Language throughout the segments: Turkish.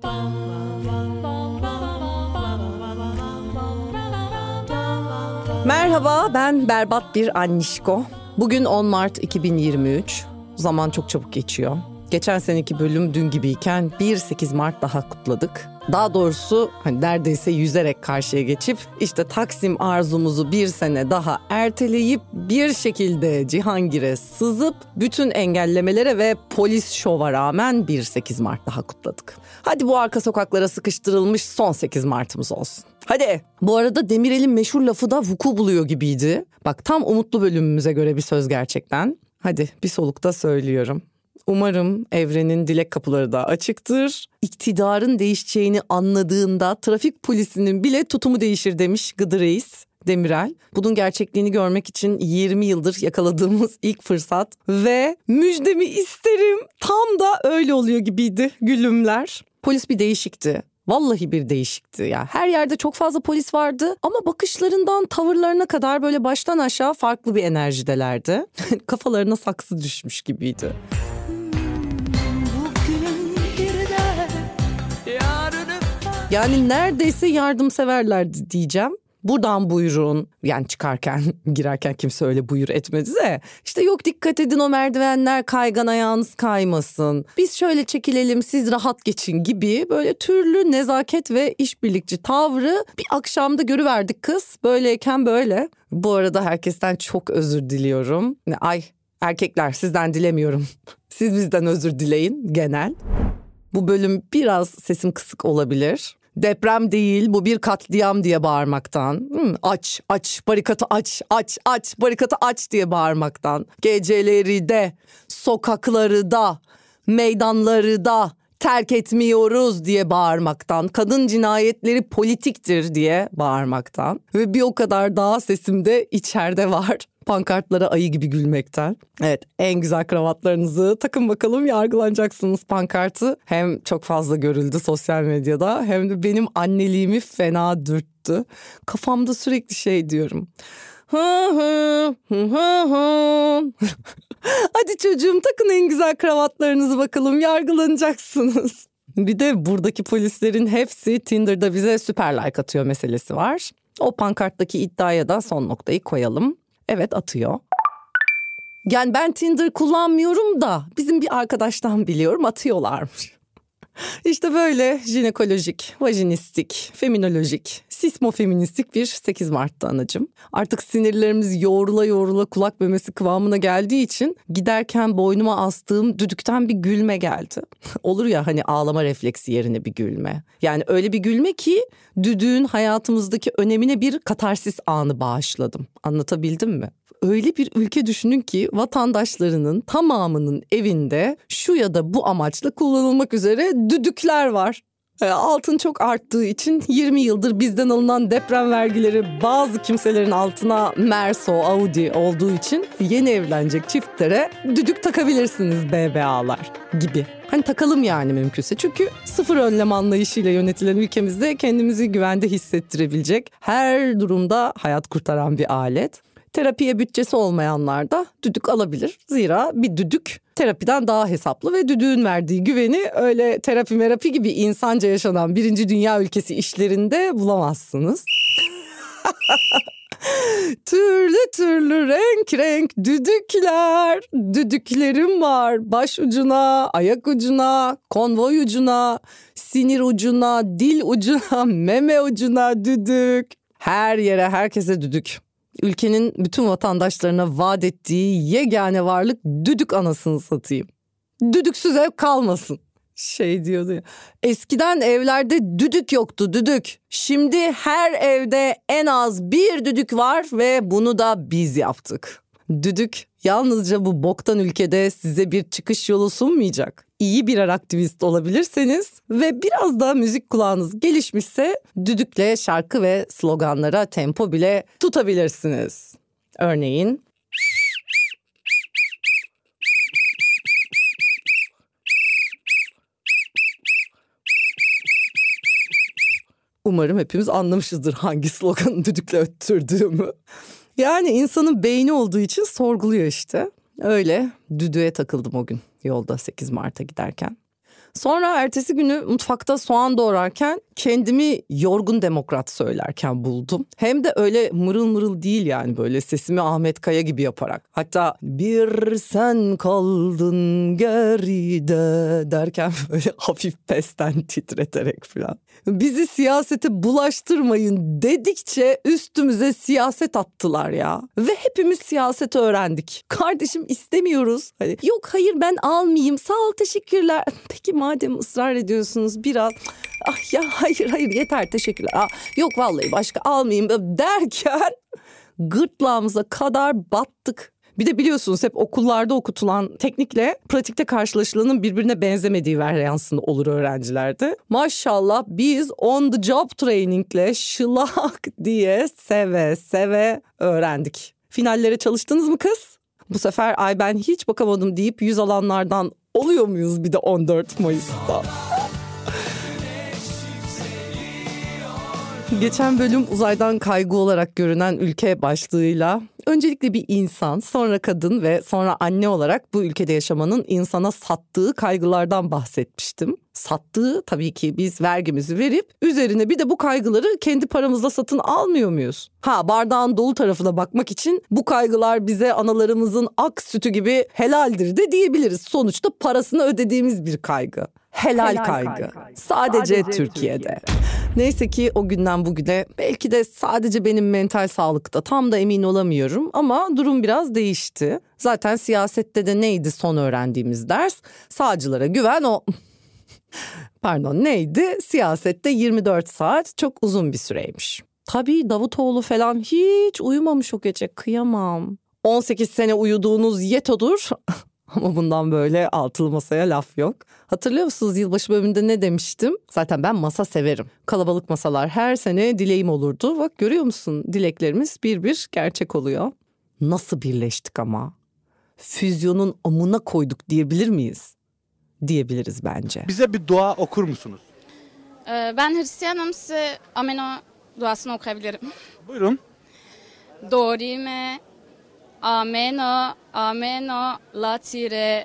Merhaba, ben berbat bir annişko. Bugün 10 Mart 2023. Zaman çok çabuk geçiyor. Geçen seneki bölüm dün gibiyken 1-8 Mart daha kutladık. Daha doğrusu neredeyse yüzerek karşıya geçip işte Taksim arzumuzu bir sene daha erteleyip bir şekilde Cihangir'e sızıp bütün engellemelere ve polis şova rağmen 1-8 Mart daha kutladık. Hadi bu arka sokaklara sıkıştırılmış son 8 Mart'ımız olsun. Hadi. Bu arada Demirel'in meşhur lafı da vuku buluyor gibiydi. Bak tam umutlu bölümümüze göre bir söz gerçekten. Hadi bir solukta söylüyorum. Umarım evrenin dilek kapıları da açıktır. İktidarın değişeceğini anladığında trafik polisinin bile tutumu değişir demiş Gıdı Reis Demirel. Bunun gerçekliğini görmek için 20 yıldır yakaladığımız ilk fırsat ve müjdemi isterim. Tam da öyle oluyor gibiydi gülümler. Polis bir değişikti. Vallahi bir değişikti ya. Her yerde çok fazla polis vardı ama bakışlarından tavırlarına kadar böyle baştan aşağı farklı bir enerjidelerdi. Kafalarına saksı düşmüş gibiydi. Yani neredeyse yardımseverlerdi diyeceğim. Buradan buyurun. Yani çıkarken, girerken kimse öyle buyur etmedi de. İşte yok dikkat edin o merdivenler kaygan ayağınız kaymasın. Biz şöyle çekilelim siz rahat geçin gibi böyle türlü nezaket ve işbirlikçi tavrı bir akşamda görüverdik kız. Böyleyken böyle. Bu arada herkesten çok özür diliyorum. Ay erkekler sizden dilemiyorum. Siz bizden özür dileyin genel. Bu bölüm biraz sesim kısık olabilir. Deprem değil bu bir katliam diye bağırmaktan. Aç barikatı aç barikatı aç diye bağırmaktan. Geceleri de sokakları da meydanları da terk etmiyoruz diye bağırmaktan. Kadın cinayetleri politiktir diye bağırmaktan. Ve bir o kadar daha sesimde içeride var. Pankartlara ayı gibi gülmekten. Evet en güzel kravatlarınızı takın bakalım yargılanacaksınız pankartı. Hem çok fazla görüldü sosyal medyada hem de benim anneliğimi fena dürttü. Kafamda sürekli şey diyorum. Hadi çocuğum takın en güzel kravatlarınızı bakalım yargılanacaksınız. Bir de buradaki polislerin hepsi Tinder'da bize süper like atıyor meselesi var. O pankarttaki iddiaya da son noktayı koyalım. Evet atıyor. Yani ben Tinder kullanmıyorum da bizim bir arkadaştan biliyorum atıyorlarmış. İşte böyle jinekolojik, vajinistik, feminolojik, sismofeministik bir 8 Mart'ta anacığım. Artık sinirlerimiz yoğrula yoğrula kulak memesi kıvamına geldiği için giderken boynuma astığım düdükten bir gülme geldi. Olur ya hani ağlama refleksi yerine bir gülme. Yani öyle bir gülme ki düdüğün hayatımızdaki önemine bir katarsis anı bağışladım. Anlatabildim mi? Öyle bir ülke düşünün ki vatandaşlarının tamamının evinde şu ya da bu amaçla kullanılmak üzere düdükler var. Altın çok arttığı için 20 yıldır bizden alınan deprem vergileri bazı kimselerin altına Merso, Audi olduğu için yeni evlenecek çiftlere düdük takabilirsiniz BBA'lar gibi. Hani takalım yani mümkünse. Çünkü sıfır önlem anlayışıyla yönetilen ülkemizde kendimizi güvende hissettirebilecek her durumda hayat kurtaran bir alet. Terapiye bütçesi olmayanlar da düdük alabilir. Zira bir düdük terapiden daha hesaplı ve düdüğün verdiği güveni öyle terapi merapi gibi insanca yaşanan birinci dünya ülkesi işlerinde bulamazsınız. Türlü türlü renk renk düdükler. Düdüklerim var. Baş ucuna, ayak ucuna, konvoy ucuna, sinir ucuna, dil ucuna, meme ucuna düdük. Her yere herkese düdük. Ülkenin bütün vatandaşlarına vaat ettiği yegane varlık düdük anasını satayım. Düdüksüz ev kalmasın. Şey diyordu ya. Eskiden evlerde düdük yoktu düdük. Şimdi her evde en az bir düdük var ve bunu da biz yaptık. Düdük yalnızca bu boktan ülkede size bir çıkış yolu sunmayacak. İyi birer aktivist olabilirseniz ve biraz da müzik kulağınız gelişmişse düdükle şarkı ve sloganlara tempo bile tutabilirsiniz. Örneğin umarım hepimiz anlamışızdır hangi sloganı düdükle öttürdüğümü. Yani insanın beyni olduğu için sorguluyor işte. Öyle düdüğe takıldım o gün yolda 8 Mart'a giderken. Sonra ertesi günü mutfakta soğan doğrarken kendimi yorgun demokrat söylerken buldum. Hem de öyle mırıl mırıl değil yani, böyle sesimi Ahmet Kaya gibi yaparak. Hatta bir sen kaldın geride derken böyle hafif pesten titreterek falan. Bizi siyasete bulaştırmayın dedikçe üstümüze siyaset attılar ya. Ve hepimiz siyaset öğrendik. Kardeşim istemiyoruz. Hani, yok hayır ben almayayım, sağ ol teşekkürler. Peki madem ısrar ediyorsunuz biraz. Ah ya hayır yeter teşekkürler. Yok vallahi başka almayayım derken gırtlağımıza kadar battık. Bir de biliyorsunuz hep okullarda okutulan teknikle pratikte karşılaşılanın birbirine benzemediği varyansında olur öğrencilerde. Maşallah biz on the job trainingle şılak diye seve seve öğrendik. Finallere çalıştınız mı kız? Bu sefer ay ben hiç bakamadım deyip 100 alanlardan oluyor muyuz bir de 14 Mayıs'ta? Geçen bölüm uzaydan kaygı olarak görünen ülke başlığıyla öncelikle bir insan, sonra kadın ve sonra anne olarak bu ülkede yaşamanın insana sattığı kaygılardan bahsetmiştim. Sattığı tabii ki biz vergimizi verip üzerine bir de bu kaygıları kendi paramızla satın almıyor muyuz? Bardağın dolu tarafına bakmak için bu kaygılar bize analarımızın ak sütü gibi helaldir de diyebiliriz. Sonuçta parasını ödediğimiz bir kaygı. Helal kaygı. Sadece Türkiye'de. Neyse ki o günden bugüne belki de sadece benim mental sağlıkta tam da emin olamıyorum ama durum biraz değişti. Zaten siyasette de neydi son öğrendiğimiz ders? Sağcılara güven neydi? Siyasette 24 saat çok uzun bir süreymiş. Tabii Davutoğlu falan hiç uyumamış o gece, kıyamam. 18 sene uyuduğunuz yetodur. Ama bundan böyle altılı masaya laf yok. Hatırlıyor musunuz yılbaşı bölümünde ne demiştim? Zaten ben masa severim. Kalabalık masalar her sene dileğim olurdu. Bak görüyor musun? Dileklerimiz bir bir gerçek oluyor. Nasıl birleştik ama? Füzyonun amına koyduk diyebilir miyiz? Diyebiliriz bence. Bize bir dua okur musunuz? Ben Hristiyanım, size Ameno duasını okuyabilirim. Buyurun. Dorime, Ameno, Ameno, Latire,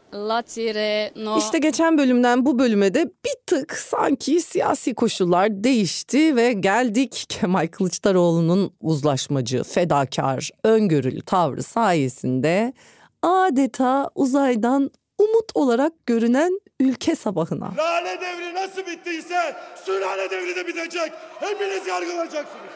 no. İşte geçen bölümden bu bölüme de bir tık sanki siyasi koşullar değişti ve geldik Kemal Kılıçdaroğlu'nun uzlaşmacı, fedakar, öngörülü tavrı sayesinde adeta uzaydan umut olarak görünen ülke sabahına. Lale devri nasıl bittiyse sülale devri de bitecek. Hepiniz yargılanacaksınız.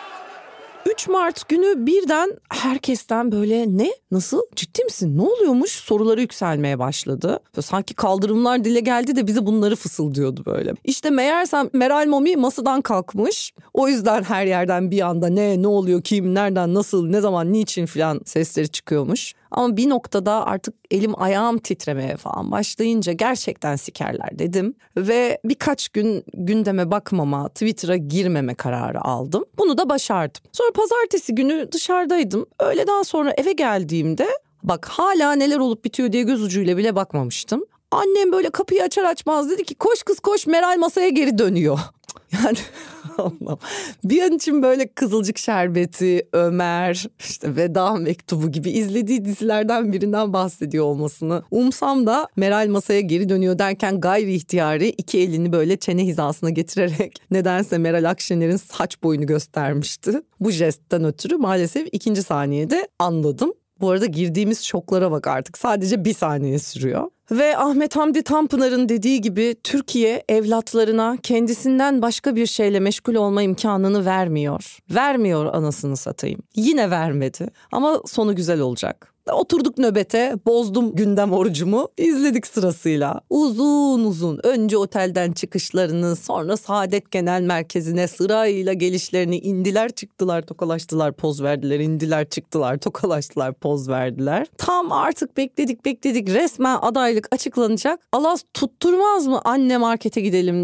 3 Mart günü birden herkesten böyle ne? Nasıl? Ciddi misin? Ne oluyormuş? Soruları yükselmeye başladı. Sanki kaldırımlar dile geldi de bize bunları fısıldıyordu böyle. İşte meğersem Meral Momi masadan kalkmış. O yüzden her yerden bir anda ne oluyor, kim, nereden, nasıl, ne zaman, niçin falan sesleri çıkıyormuş. Ama bir noktada artık elim ayağım titremeye falan başlayınca gerçekten sikerler dedim. Ve birkaç gün gündeme bakmama, Twitter'a girmeme kararı aldım. Bunu da başardım. Sonra pazartesi günü dışarıdaydım. Öğleden sonra eve geldiğimde bak hala neler olup bitiyor diye göz ucuyla bile bakmamıştım. Annem böyle kapıyı açar açmaz dedi ki koş kız koş, Meral masaya geri dönüyor. Yani Allah'ım. Bir an için böyle Kızılcık Şerbeti, Ömer, işte Veda Mektubu gibi izlediği dizilerden birinden bahsediyor olmasını umsam da Meral masaya geri dönüyor derken gayri ihtiyari iki elini böyle çene hizasına getirerek nedense Meral Akşener'in saç boyunu göstermişti. Bu jestten ötürü maalesef ikinci saniyede anladım. Bu arada girdiğimiz şoklara bak, artık sadece bir saniye sürüyor. Ve Ahmet Hamdi Tanpınar'ın dediği gibi Türkiye evlatlarına kendisinden başka bir şeyle meşgul olma imkanını vermiyor. Vermiyor anasını satayım. Yine vermedi ama sonu güzel olacak. Oturduk nöbete, bozdum gündem orucumu, izledik sırasıyla. Uzun uzun önce otelden çıkışlarını, sonra Saadet Genel Merkezi'ne sırayla gelişlerini, indiler çıktılar tokalaştılar poz verdiler, indiler çıktılar tokalaştılar poz verdiler. Tam artık bekledik resmen adaylık açıklanacak. Allah tutturmaz mı anne markete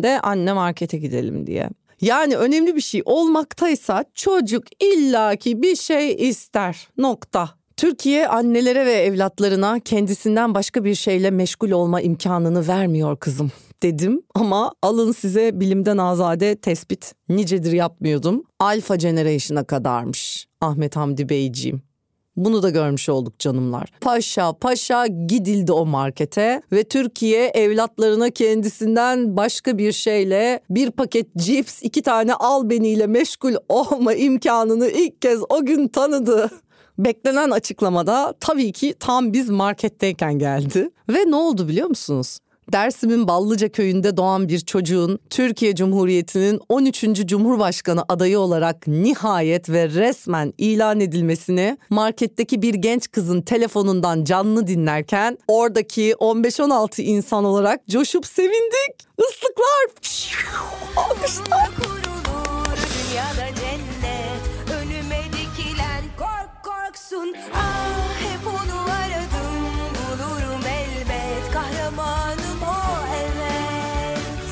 gidelim diye. Yani önemli bir şey olmaktaysa çocuk illaki bir şey ister. Nokta. Türkiye annelere ve evlatlarına kendisinden başka bir şeyle meşgul olma imkanını vermiyor kızım dedim. Ama alın size bilimden azade tespit, nicedir yapmıyordum. Alfa Generation'a kadarmış Ahmet Hamdi Beyciğim. Bunu da görmüş olduk canımlar. Paşa paşa gidildi o markete ve Türkiye evlatlarına kendisinden başka bir şeyle, bir paket cips, 2 tane albeniyle meşgul olma imkanını ilk kez o gün tanıdı. Beklenen açıklamada tabii ki tam biz marketteyken geldi. Ve ne oldu biliyor musunuz? Dersim'in Ballıca köyünde doğan bir çocuğun Türkiye Cumhuriyeti'nin 13. Cumhurbaşkanı adayı olarak nihayet ve resmen ilan edilmesini marketteki bir genç kızın telefonundan canlı dinlerken oradaki 15-16 insan olarak coşup sevindik. Islıklar, alkışlar. Kurulur dünyada cennet, önüme dikilen korksun. Ah, hep onu aradım, bulurum elbet, kahramanım o, evet.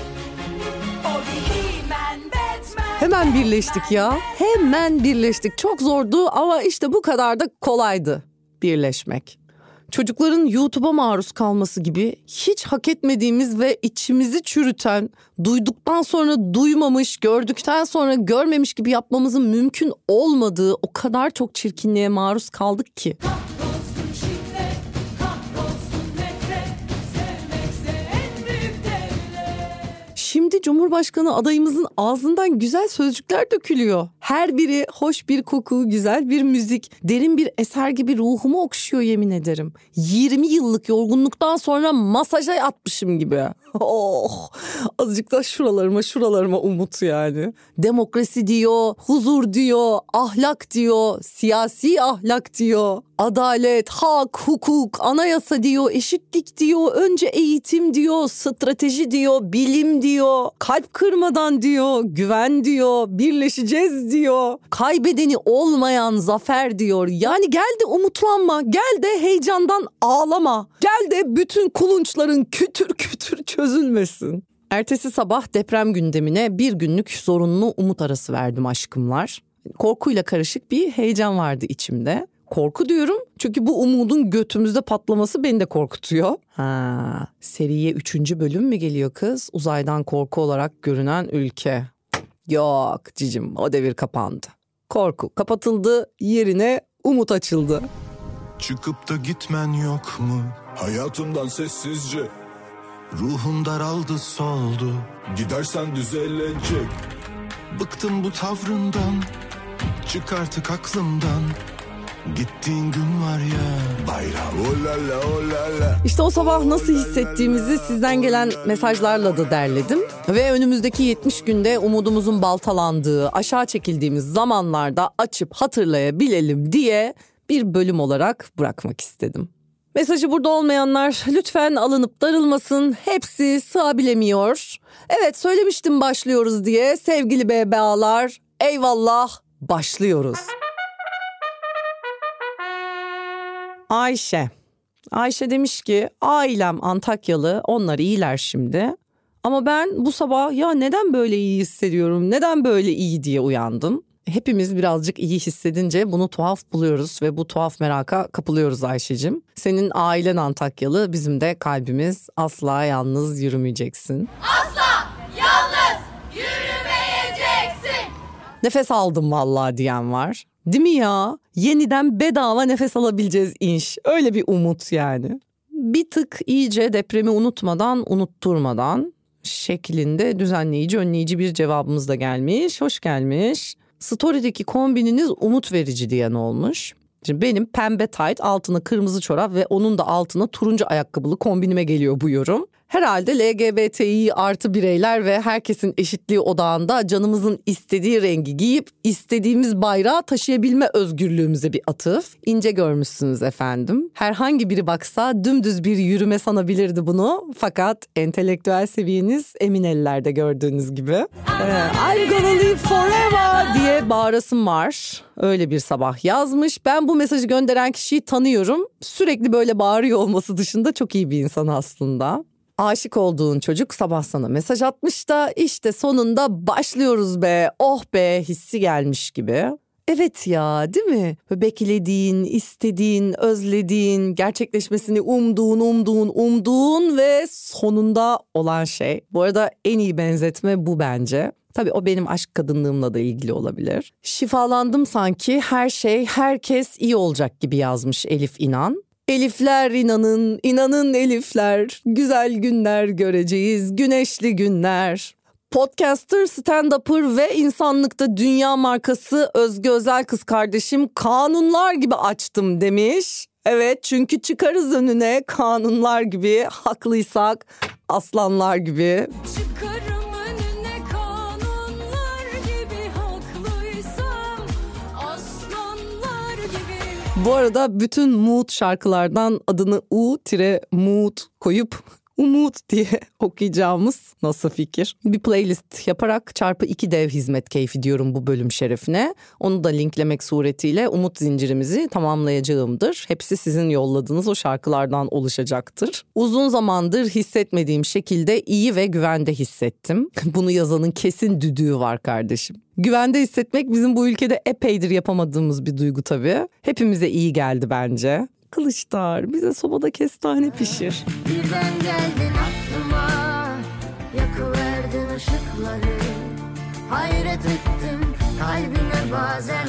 O bir He-Man, Batman. Hemen birleştik ya. Hemen birleştik. Çok zordu ama işte bu kadar da kolaydı birleşmek. Çocukların YouTube'a maruz kalması gibi hiç hak etmediğimiz ve içimizi çürüten, duyduktan sonra duymamış, gördükten sonra görmemiş gibi yapmamızın mümkün olmadığı o kadar çok çirkinliğe maruz kaldık ki. Kahrolsun şiddet, kahrolsun nefret, sevmekse en büyük devlet. Şimdi Cumhurbaşkanı adayımızın ağzından güzel sözcükler dökülüyor. Her biri hoş bir koku, güzel bir müzik, derin bir eser gibi ruhumu okşuyor yemin ederim. 20 yıllık yorgunluktan sonra masaja yatmışım gibi. Oh, azıcık da şuralarıma umut yani. Demokrasi diyor, huzur diyor, ahlak diyor, siyasi ahlak diyor. Adalet, hak, hukuk, anayasa diyor, eşitlik diyor, önce eğitim diyor, strateji diyor, bilim diyor, kalp kırmadan diyor, güven diyor, birleşeceğiz diyor, kaybedeni olmayan zafer diyor. Yani gel de umutlanma, gel de heyecandan ağlama, gel de bütün kulunçların kütür kütür çözülmesin. Ertesi sabah deprem gündemine bir günlük zorunlu umut arası verdim aşkımlar. Korkuyla karışık bir heyecan vardı içimde. Korku diyorum çünkü bu umudun götümüzde patlaması beni de korkutuyor. Seriye 3. bölüm mü geliyor kız? Uzaydan korku olarak görünen ülke. Yok cicim, o devir kapandı. Korku kapatıldı, yerine umut açıldı. Çıkıp da gitmen yok mu? Hayatımdan sessizce. Ruhum daraldı, soldu. Gidersen düzelecek. Bıktım bu tavrından. Çık artık aklımdan. Gittiğin gün var ya, bayram olala olala. İşte o sabah nasıl hissettiğimizi sizden gelen mesajlarla da derledim. Ve önümüzdeki 70 günde umudumuzun baltalandığı, aşağı çekildiğimiz zamanlarda açıp hatırlayabilelim diye bir bölüm olarak bırakmak istedim. Mesajı burada olmayanlar lütfen alınıp darılmasın. Hepsi sığabilemiyor. Evet, söylemiştim başlıyoruz diye. Sevgili BBA'lar, eyvallah, başlıyoruz. Ayşe demiş ki ailem Antakyalı, onlar iyiler şimdi. Ama ben bu sabah ya neden böyle iyi hissediyorum, neden böyle iyi diye uyandım. Hepimiz birazcık iyi hissedince bunu tuhaf buluyoruz ve bu tuhaf meraka kapılıyoruz Ayşe'cim. Senin ailen Antakyalı, bizim de kalbimiz asla yalnız yürümeyeceksin. Asla yalnız yürümeyeceksin. Nefes aldım vallahi diyen var. Değil mi ya? Yeniden bedava nefes alabileceğiz inş. Öyle bir umut yani. Bir tık iyice depremi unutmadan, unutturmadan şeklinde düzenleyici, önleyici bir cevabımız da gelmiş. Hoş gelmiş. Story'deki kombininiz umut verici diyen olmuş. Şimdi benim pembe tayt, altına kırmızı çorap ve onun da altına turuncu ayakkabılı kombinime geliyor bu yorum. Herhalde LGBTİ artı bireyler ve herkesin eşitliği odağında canımızın istediği rengi giyip istediğimiz bayrağı taşıyabilme özgürlüğümüze bir atıf. İnce görmüşsünüz efendim. Herhangi biri baksa dümdüz bir yürüme sanabilirdi bunu. Fakat entelektüel seviyeniz emin ellerde gördüğünüz gibi. I'm gonna live forever diye bağırasım var. Öyle bir sabah yazmış. Ben bu mesajı gönderen kişiyi tanıyorum. Sürekli böyle bağırıyor olması dışında çok iyi bir insan aslında. Aşık olduğun çocuk sabah sana mesaj atmış da işte sonunda başlıyoruz be, oh be hissi gelmiş gibi. Evet ya, değil mi? Böyle beklediğin, istediğin, özlediğin, gerçekleşmesini umduğun ve sonunda olan şey. Bu arada en iyi benzetme bu bence. Tabii o benim aşk kadınlığımla da ilgili olabilir. Şifalandım sanki, her şey, herkes iyi olacak gibi yazmış Elif İnan. Elifler inanın, inanın Elifler, güzel günler göreceğiz, güneşli günler. Podcaster, stand-upper ve insanlıkta dünya markası Özge Özel kız kardeşim kanunlar gibi açtım demiş. Evet, çünkü çıkarız önüne kanunlar gibi, haklıysak aslanlar gibi. Çıkarım önüne kanunlar gibi, haklıysam aslanlar gibi. Bu arada bütün Mood şarkılardan adını U-Mood koyup Umut diye okuyacağımız nasıl fikir? Bir playlist yaparak çarpı 2 dev hizmet keyfi diyorum bu bölüm şerefine. Onu da linklemek suretiyle umut zincirimizi tamamlayacağımdır. Hepsi sizin yolladığınız o şarkılardan oluşacaktır. Uzun zamandır hissetmediğim şekilde iyi ve güvende hissettim. Bunu yazanın kesin düdüğü var kardeşim. Güvende hissetmek bizim bu ülkede epeydir yapamadığımız bir duygu tabii. Hepimize iyi geldi bence. Kılıçlar, bize sobada kestane pişir. Birden geldin aklıma, yakıverdin ışıkları. Hayret ettim kalbime bazen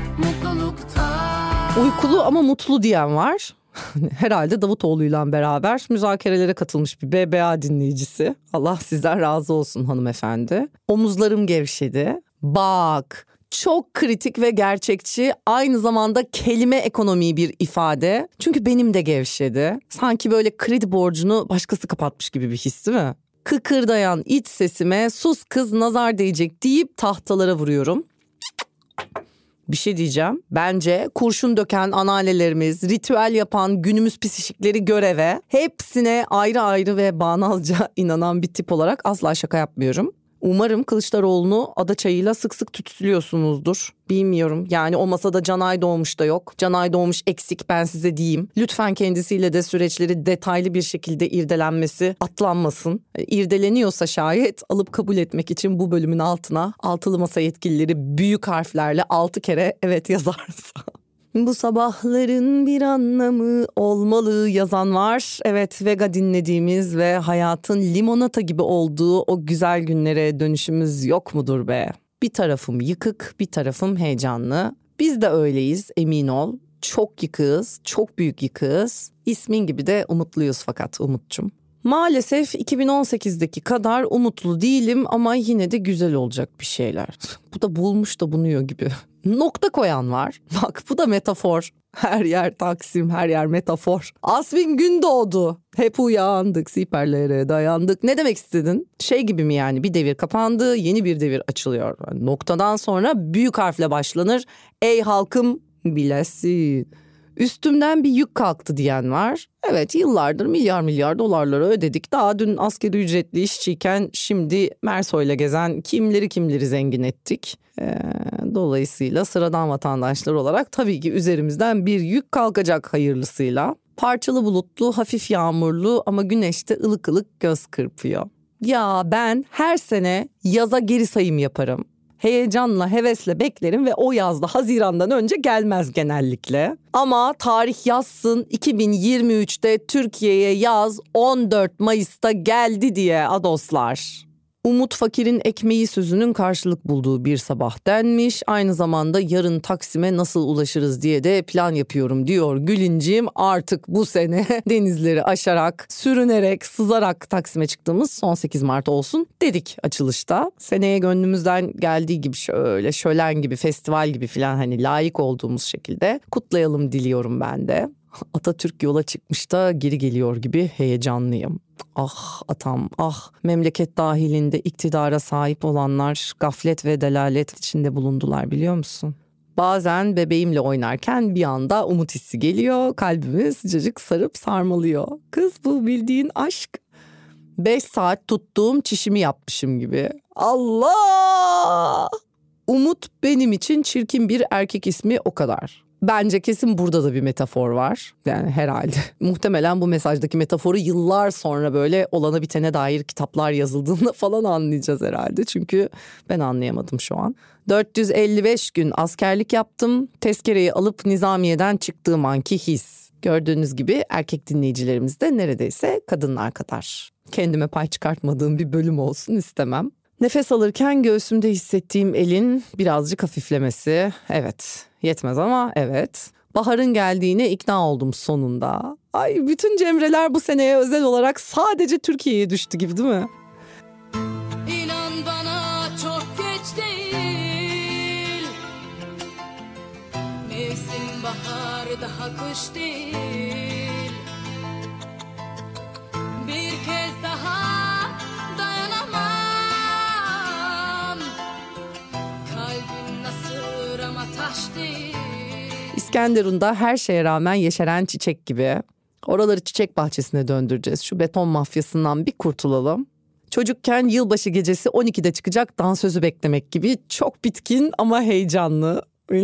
mutluluktan. Uykulu ama mutlu diyen var. Herhalde Davutoğlu'yla beraber müzakerelere katılmış bir BBA dinleyicisi. Allah sizden razı olsun hanımefendi. Omuzlarım gevşedi. Bak, çok kritik ve gerçekçi, aynı zamanda kelime ekonomiği bir ifade. Çünkü benim de gevşedi. Sanki böyle kredi borcunu başkası kapatmış gibi bir his, değil mi? Kıkırdayan iç sesime sus kız nazar değecek deyip tahtalara vuruyorum. Bir şey diyeceğim. Bence kurşun döken anneannelerimiz, ritüel yapan günümüz psişikleri göreve, hepsine ayrı ayrı ve bağnazca inanan bir tip olarak asla şaka yapmıyorum. Umarım Kılıçdaroğlu'nu ada çayıyla sık sık tütsülüyorsunuzdur. Bilmiyorum, yani o masada Canay Doğmuş da yok. Canay Doğmuş eksik, ben size diyeyim. Lütfen kendisiyle de süreçleri detaylı bir şekilde irdelenmesi atlanmasın. İrdeleniyorsa şayet alıp kabul etmek için bu bölümün altına altılı masa yetkilileri büyük harflerle 6 kere evet yazarsa. Bu sabahların bir anlamı olmalı yazan var. Evet, Vega dinlediğimiz ve hayatın limonata gibi olduğu o güzel günlere dönüşümüz yok mudur be? Bir tarafım yıkık, bir tarafım heyecanlı. Biz de öyleyiz, emin ol. Çok yıkığız, çok büyük yıkığız. İsmin gibi de umutluyuz fakat Umut'cum. Maalesef 2018'deki kadar umutlu değilim ama yine de güzel olacak bir şeyler. Bu da bulmuş da bunuyor gibi. Nokta koyan var. Bak, bu da metafor. Her yer Taksim, her yer metafor. Asmin Gündoğdu. Hep uyandık, siperlere dayandık. Ne demek istedin? Şey gibi mi yani, bir devir kapandı, yeni bir devir açılıyor. Noktadan sonra büyük harfle başlanır. Ey halkım bilesin. Üstümden bir yük kalktı diyen var. Evet, yıllardır milyar dolarları ödedik. Daha dün asgari ücretli işçiyken şimdi Merso'yla gezen kimleri zengin ettik. Dolayısıyla sıradan vatandaşlar olarak tabii ki üzerimizden bir yük kalkacak hayırlısıyla. Parçalı bulutlu, hafif yağmurlu ama güneşte ılık ılık göz kırpıyor. Ya ben her sene yaza geri sayım yaparım. Heyecanla, hevesle beklerim ve o yazda Haziran'dan önce gelmez genellikle. Ama tarih yazsın, 2023'te Türkiye'ye yaz 14 Mayıs'ta geldi diye adoslar. Umut fakirin ekmeği sözünün karşılık bulduğu bir sabah denmiş. Aynı zamanda yarın Taksim'e nasıl ulaşırız diye de plan yapıyorum diyor Gülüncim. Artık bu sene denizleri aşarak, sürünerek, sızarak Taksim'e çıktığımız son 8 Mart olsun dedik açılışta. Seneye gönlümüzden geldiği gibi şöyle şölen gibi, festival gibi falan, hani layık olduğumuz şekilde kutlayalım diliyorum ben de. Atatürk yola çıkmış da geri geliyor gibi heyecanlıyım. Ah atam, ah, memleket dahilinde iktidara sahip olanlar gaflet ve delalet içinde bulundular, biliyor musun? Bazen bebeğimle oynarken bir anda umut hissi geliyor, kalbimi sıcacık sarıp sarmalıyor. Kız, bu bildiğin aşk. 5 saat tuttuğum çişimi yapmışım gibi. Allah! Umut benim için çirkin bir erkek ismi, o kadar. Bence kesin burada da bir metafor var. Yani herhalde. Muhtemelen bu mesajdaki metaforu yıllar sonra böyle olana bitene dair kitaplar yazıldığında falan anlayacağız herhalde. Çünkü ben anlayamadım şu an. 455 gün askerlik yaptım. Tezkereyi alıp nizamiyeden çıktığım anki his. Gördüğünüz gibi erkek dinleyicilerimiz de neredeyse kadınlar kadar. Kendime pay çıkartmadığım bir bölüm olsun istemem. Nefes alırken göğsümde hissettiğim elin birazcık hafiflemesi. Evet, yetmez ama evet. Baharın geldiğine ikna oldum sonunda. Ay, bütün Cemreler bu seneye özel olarak sadece Türkiye'ye düştü gibi değil mi? İnan bana çok geç değil. Mevsim bahar daha kış değil. Bir kez daha dayanamam. Kalbim nasır ama taş değil. İskenderun'da her şeye rağmen yeşeren çiçek gibi. Oraları çiçek bahçesine döndüreceğiz. Şu beton mafyasından bir kurtulalım. Çocukken yılbaşı gecesi 12'de çıkacak dansözü beklemek gibi çok bitkin ama heyecanlı.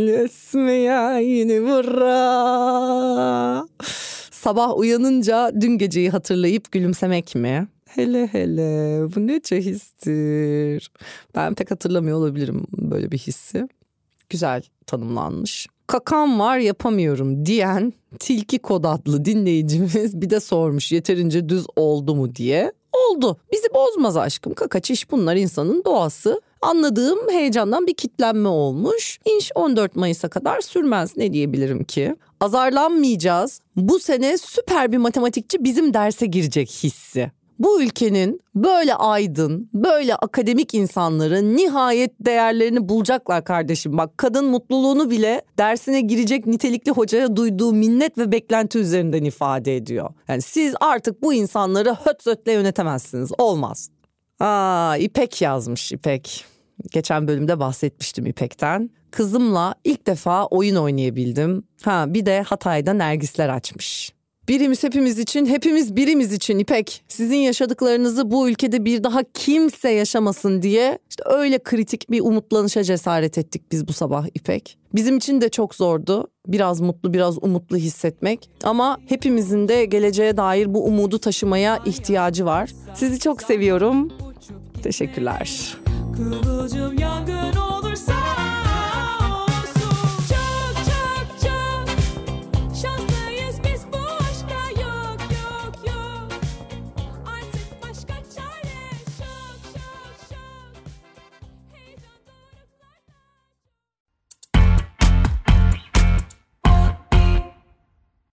Sabah uyanınca dün geceyi hatırlayıp gülümsemek mi? Hele hele, bu nece histir. Ben pek hatırlamıyor olabilirim böyle bir hissi. Güzel tanımlanmış. Kakam var yapamıyorum diyen Tilki Kod adlı dinleyicimiz bir de sormuş yeterince düz oldu mu diye. Oldu. Bizi bozmaz aşkım. Kaka çiş bunlar insanın doğası. Anladığım heyecandan bir kitlenme olmuş. İnş 14 Mayıs'a kadar sürmez, ne diyebilirim ki? Azarlanmayacağız. Bu sene süper bir matematikçi bizim derse girecek hissi. Bu ülkenin böyle aydın, böyle akademik insanları nihayet değerlerini bulacaklar kardeşim. Bak, kadın mutluluğunu bile dersine girecek nitelikli hocaya duyduğu minnet ve beklenti üzerinden ifade ediyor. Yani siz artık bu insanları höt yönetemezsiniz. Olmaz. İpek yazmış, İpek. Geçen bölümde bahsetmiştim İpek'ten. Kızımla ilk defa oyun oynayabildim. Bir de Hatay'da Nergisler açmış. Birimiz hepimiz için, hepimiz birimiz için İpek. Sizin yaşadıklarınızı bu ülkede bir daha kimse yaşamasın diye işte öyle kritik bir umutlanışa cesaret ettik biz bu sabah İpek. Bizim için de çok zordu. Biraz mutlu, biraz umutlu hissetmek. Ama hepimizin de geleceğe dair bu umudu taşımaya ihtiyacı var. Sizi çok seviyorum. Teşekkürler. Kıvılcım yangın